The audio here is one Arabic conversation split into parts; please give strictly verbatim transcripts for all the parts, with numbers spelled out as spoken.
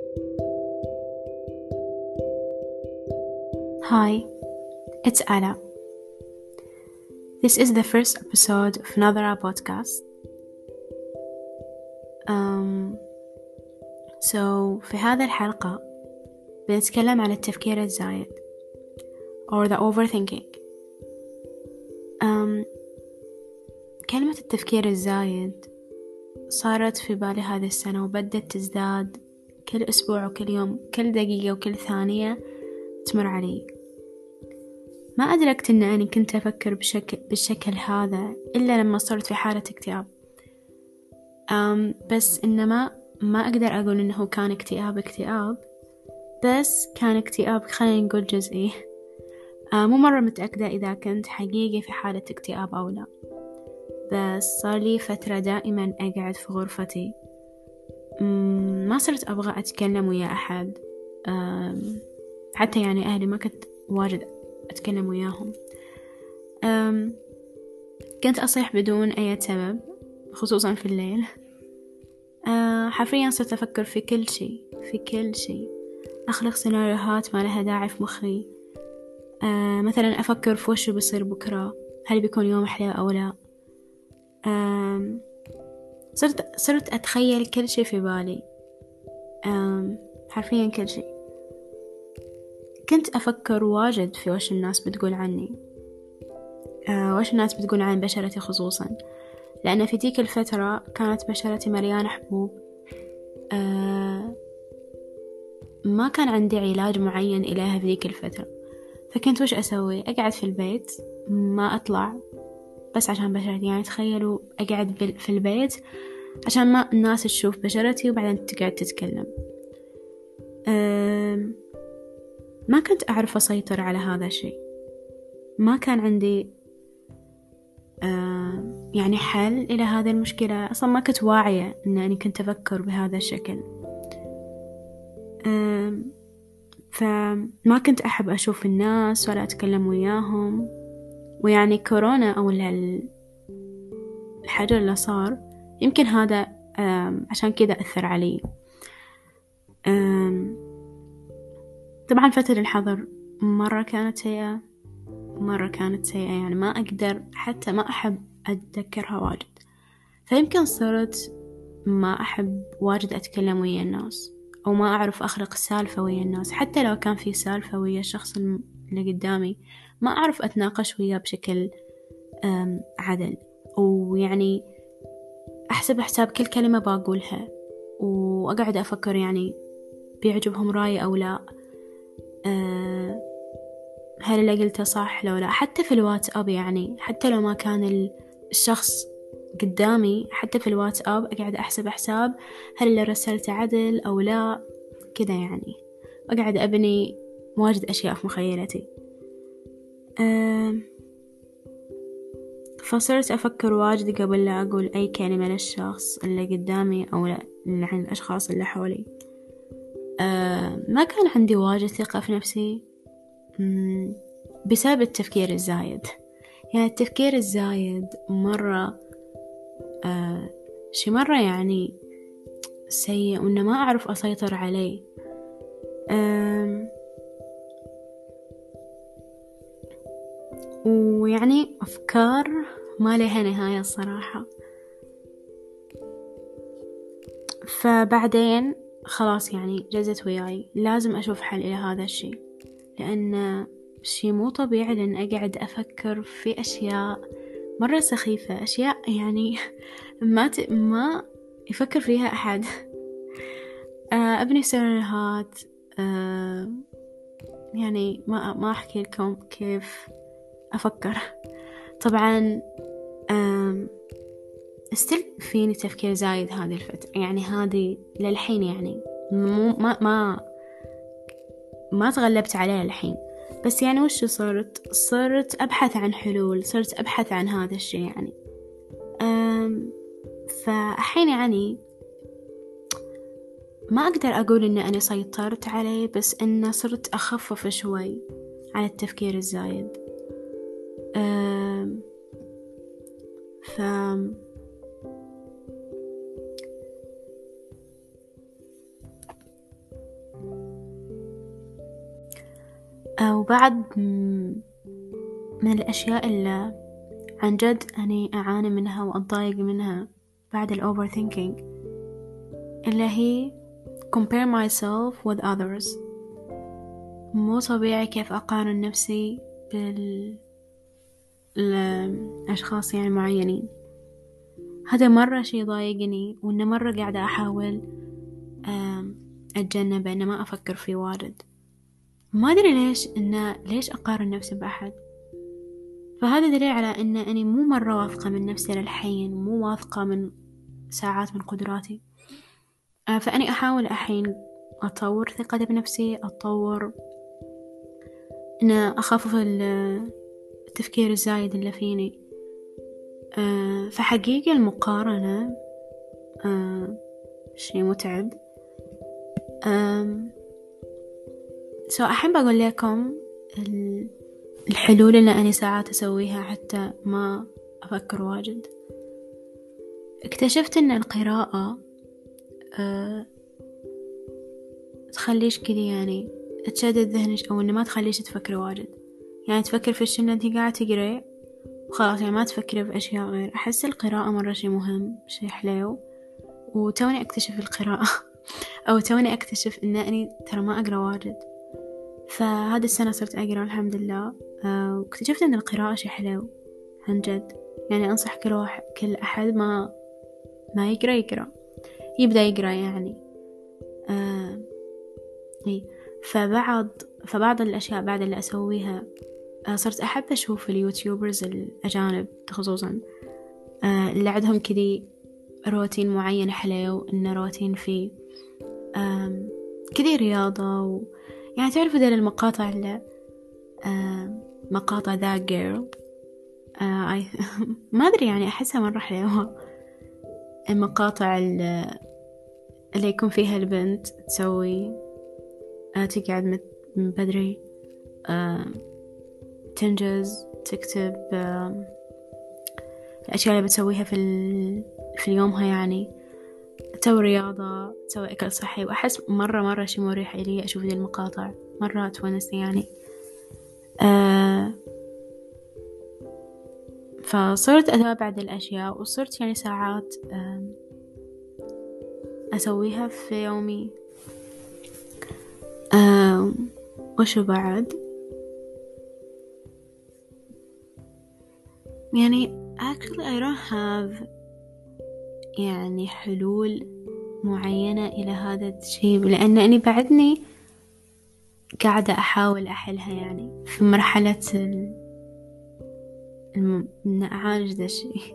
Hi, it's Ala. This is the first episode of Nadara podcast. Um, so في هذا الحلقة بنتكلم عن التفكير الزايد or the overthinking. Um, كلمة التفكير الزايد صارت في بالي هذه السنة وبدت تزداد كل أسبوع وكل يوم، كل دقيقة وكل ثانية تمر علي. ما أدركت أن أنا كنت أفكر بشكل بالشكل هذا إلا لما صرت في حالة اكتئاب. أم بس إنما ما أقدر أقول إنه كان اكتئاب اكتئاب بس كان اكتئاب خلينا نقول جزئي. مو مرة متأكدة إذا كنت حقيقي في حالة اكتئاب أو لا، بس صار لي فترة دائما أقعد في غرفتي، ما صرت أبغى أتكلم ويا أحد، حتى يعني أهلي ما كنت واجد أتكلم وياهم. كنت أصيح بدون أي سبب خصوصا في الليل. حرفيا صرت أفكر في كل شيء في كل شيء أخلق سيناريوهات ما لها داعي في مخي. مثلا أفكر في وش بيصير بكرة، هل بيكون يوم أحلى أو لا. صرت صرت أتخيل كل شيء في بالي، حرفيا كل شيء. كنت أفكر واجد في وش الناس بتقول عني، وش الناس بتقول عن بشرتي خصوصا، لأن في تلك الفترة كانت بشرتي مليانة حبوب. ما كان عندي علاج معين إليها في ذيك الفترة، فكنت وش أسوي؟ أقعد في البيت ما أطلع بس عشان بشرتي. يعني تخيلوا أقعد في البيت عشان ما الناس تشوف بشرتي وبعدين تقعد تتكلم. ما كنت أعرف أسيطر على هذا الشيء، ما كان عندي يعني حل إلى هذه المشكلة. أصلا ما كنت واعية أنني كنت أفكر بهذا الشكل. فما كنت أحب أشوف الناس ولا أتكلم وياهم. ويعني كورونا أو الحجر اللي صار يمكن هذا عشان كذا أثر علي. طبعا فترة الحظر مرة كانت سيئة مرة كانت سيئة يعني ما أقدر حتى ما أحب أتذكرها واجد. فيمكن صرت ما أحب واجد أتكلم ويا الناس، أو ما أعرف أخلق سالفة ويا الناس. حتى لو كان في سالفة ويا الشخص اللي قدامي ما أعرف أتناقش وياه بشكل عدل، ويعني أحسب حساب كل كلمة بقولها، وأقعد أفكر يعني بيعجبهم رأيي أو لا، هل اللي قلته صح لو لا. حتى في الواتساب يعني حتى لو ما كان الشخص قدامي، حتى في الواتساب أقعد أحسب حساب هل اللي رسلته عدل أو لا كذا. يعني أقعد أبني واجد أشياء في مخيلتي. أه فصرت أفكر واجد قبل لا أقول أي كلمة للشخص اللي قدامي أو لا عن الأشخاص اللي حولي. أه ما كان عندي واجد ثقة في نفسي بسبب التفكير الزايد. يعني التفكير الزايد مرة آه شي مرة يعني سيء، وإنه ما أعرف أسيطر عليه. ويعني أفكار ما لها نهاية الصراحة. فبعدين خلاص يعني جزت وياي لازم أشوف حل إلى هذا الشيء، لأن شي مو طبيعي لأن أقعد أفكر في أشياء مرة سخيفة، أشياء يعني ما ت... ما يفكر فيها أحد. أبني سيناريوهات، أه يعني ما ما أحكي لكم كيف أفكر. طبعا استل فيني تفكير زايد هذه الفترة، يعني هذه للحين يعني مو ما ما ما تغلبت عليها الحين، بس يعني وش صرت صرت أبحث عن حلول، صرت أبحث عن هذا الشيء يعني. فأحين يعني ما أقدر أقول إن أنا سيطرت عليه، بس إن صرت أخفف شوي عن التفكير الزايد. ف وبعد من الأشياء اللي عن جد أني أعاني منها وأتضايق منها بعد ال overthinking اللي هي compare myself with others. مو طبيعي كيف أقارن نفسي بالأشخاص يعني معينين. هذا مرة شي ضايقني، وإنه مرة قاعدة أحاول أتجنبه، إنه ما أفكر فيه واجد. ما أدري ليش إنه ليش أقارن نفسي بأحد. فهذا دليل على إن أني مو مرة واثقة من نفسي للحين، مو واثقة من ساعات من قدراتي. فأني أحاول الحين أطور ثقتي بنفسي، أطور إن أخفف التفكير الزايد اللي فيني. فحقيقة المقارنة شيء متعب. سو أحب أقول لكم الحلول اللي أنا ساعات أسويها حتى ما أفكر واجد. اكتشفت إن القراءة أه تخليش كذي يعني تشدد ذهنك، أو إن ما تخليش تفكري واجد، يعني تفكر في الشيء اللي أنت قاعدة تقرأ وخلاص، يعني ما تفكري في أشياء غير. أحس القراءة مرة شيء مهم، شيء حلو، وتوني أكتشف القراءة أو توني أكتشف إن أني ترى ما أقرأ واجد. فهذا السنة صرت أقرأ الحمد لله، أه واكتشفت إن القراءة شيء حلو عن جد. يعني أنصح كل واحد كل أحد ما ما يقرأ يقرأ يبدأ يقرأ يعني. آه إيه. فبعض فبعض الأشياء بعد اللي أسويها، آه صرت أحب أشوف اليوتيوبرز الأجانب خصوصا، آه اللي عندهم كذي روتين معين حلو، إنه روتين فيه آه كذي رياضة و... يعني تعرفوا ذي المقاطع اللي آه مقاطع ذا جيرل، آه ما أدري يعني أحسها مرة حلوة. المقاطع اللي, اللي يكون فيها البنت تسوي آه تقعد من بدري، آه تنجز، تكتب آه الأشياء اللي بتسويها في ال... في يومها، يعني تسوي رياضة، تسوي أكل صحي. وأحس مرة مرة شي مريح إلي أشوف ذي المقاطع، مرة تونسني يعني. آه فصرت أتابع ذي الأشياء، وصرت يعني ساعات آه أسويها في يومي. آه وشو بعد يعني actually I don't have يعني حلول معينة إلى هذا الشيء، لأن أني بعدني قاعدة أحاول أحلها، يعني في مرحلة الم... إن أعالج ذا الشيء.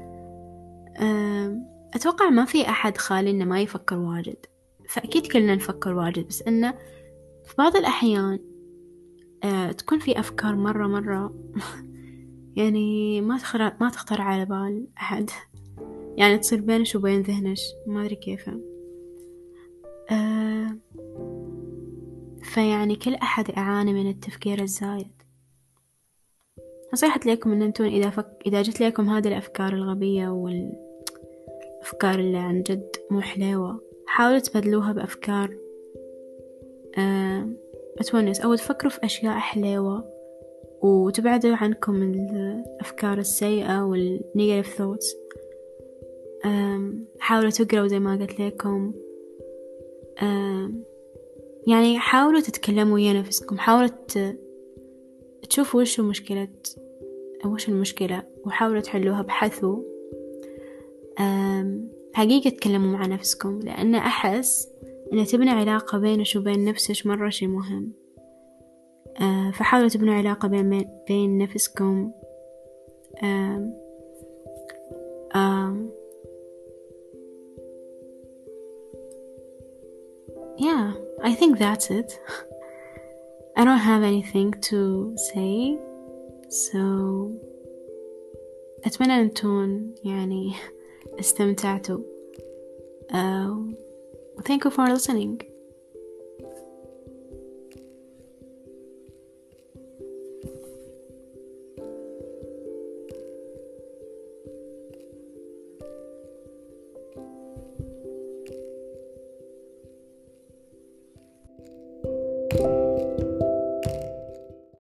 أتوقع ما في أحد خالي إنه ما يفكر واجد، فأكيد كلنا نفكر واجد، بس إنه في بعض الأحيان أه تكون في أفكار مرة مرة يعني ما تخطر ما تخطر على بال أحد، يعني تصير بينش وبين ذهنش، ما أدري كيف. أه فيعني كل أحد يعاني من التفكير الزايد. نصيحة لكم إن أنتم إذا فك... إذا جت لكم هذه الأفكار الغبية والأفكار اللي عن جد مو حلوة، حاولوا تبدلوها بأفكار أه بتونس، أو تفكروا في أشياء حلوة وتبعدوا عنكم الأفكار السيئة والنيجاتيف ثوتس. حاولوا تقرأوا زي ما قلت لكم، يعني حاولوا تتكلموا ويا نفسكم، حاولوا تشوفوا وش مشكلة وش المشكلة وحاولوا تحلوها. بحثوا حقيقة تكلموا مع نفسكم، لأن أحس أن تبني علاقة بينك وبين نفسك مرة شيء مهم. فحاولوا تبنوا علاقة بين بين نفسكم. آم آم yeah, I think that's it. I don't have anything to say, so أتمنى أنتم يعني استمتعتوا. uh, thank you for listening.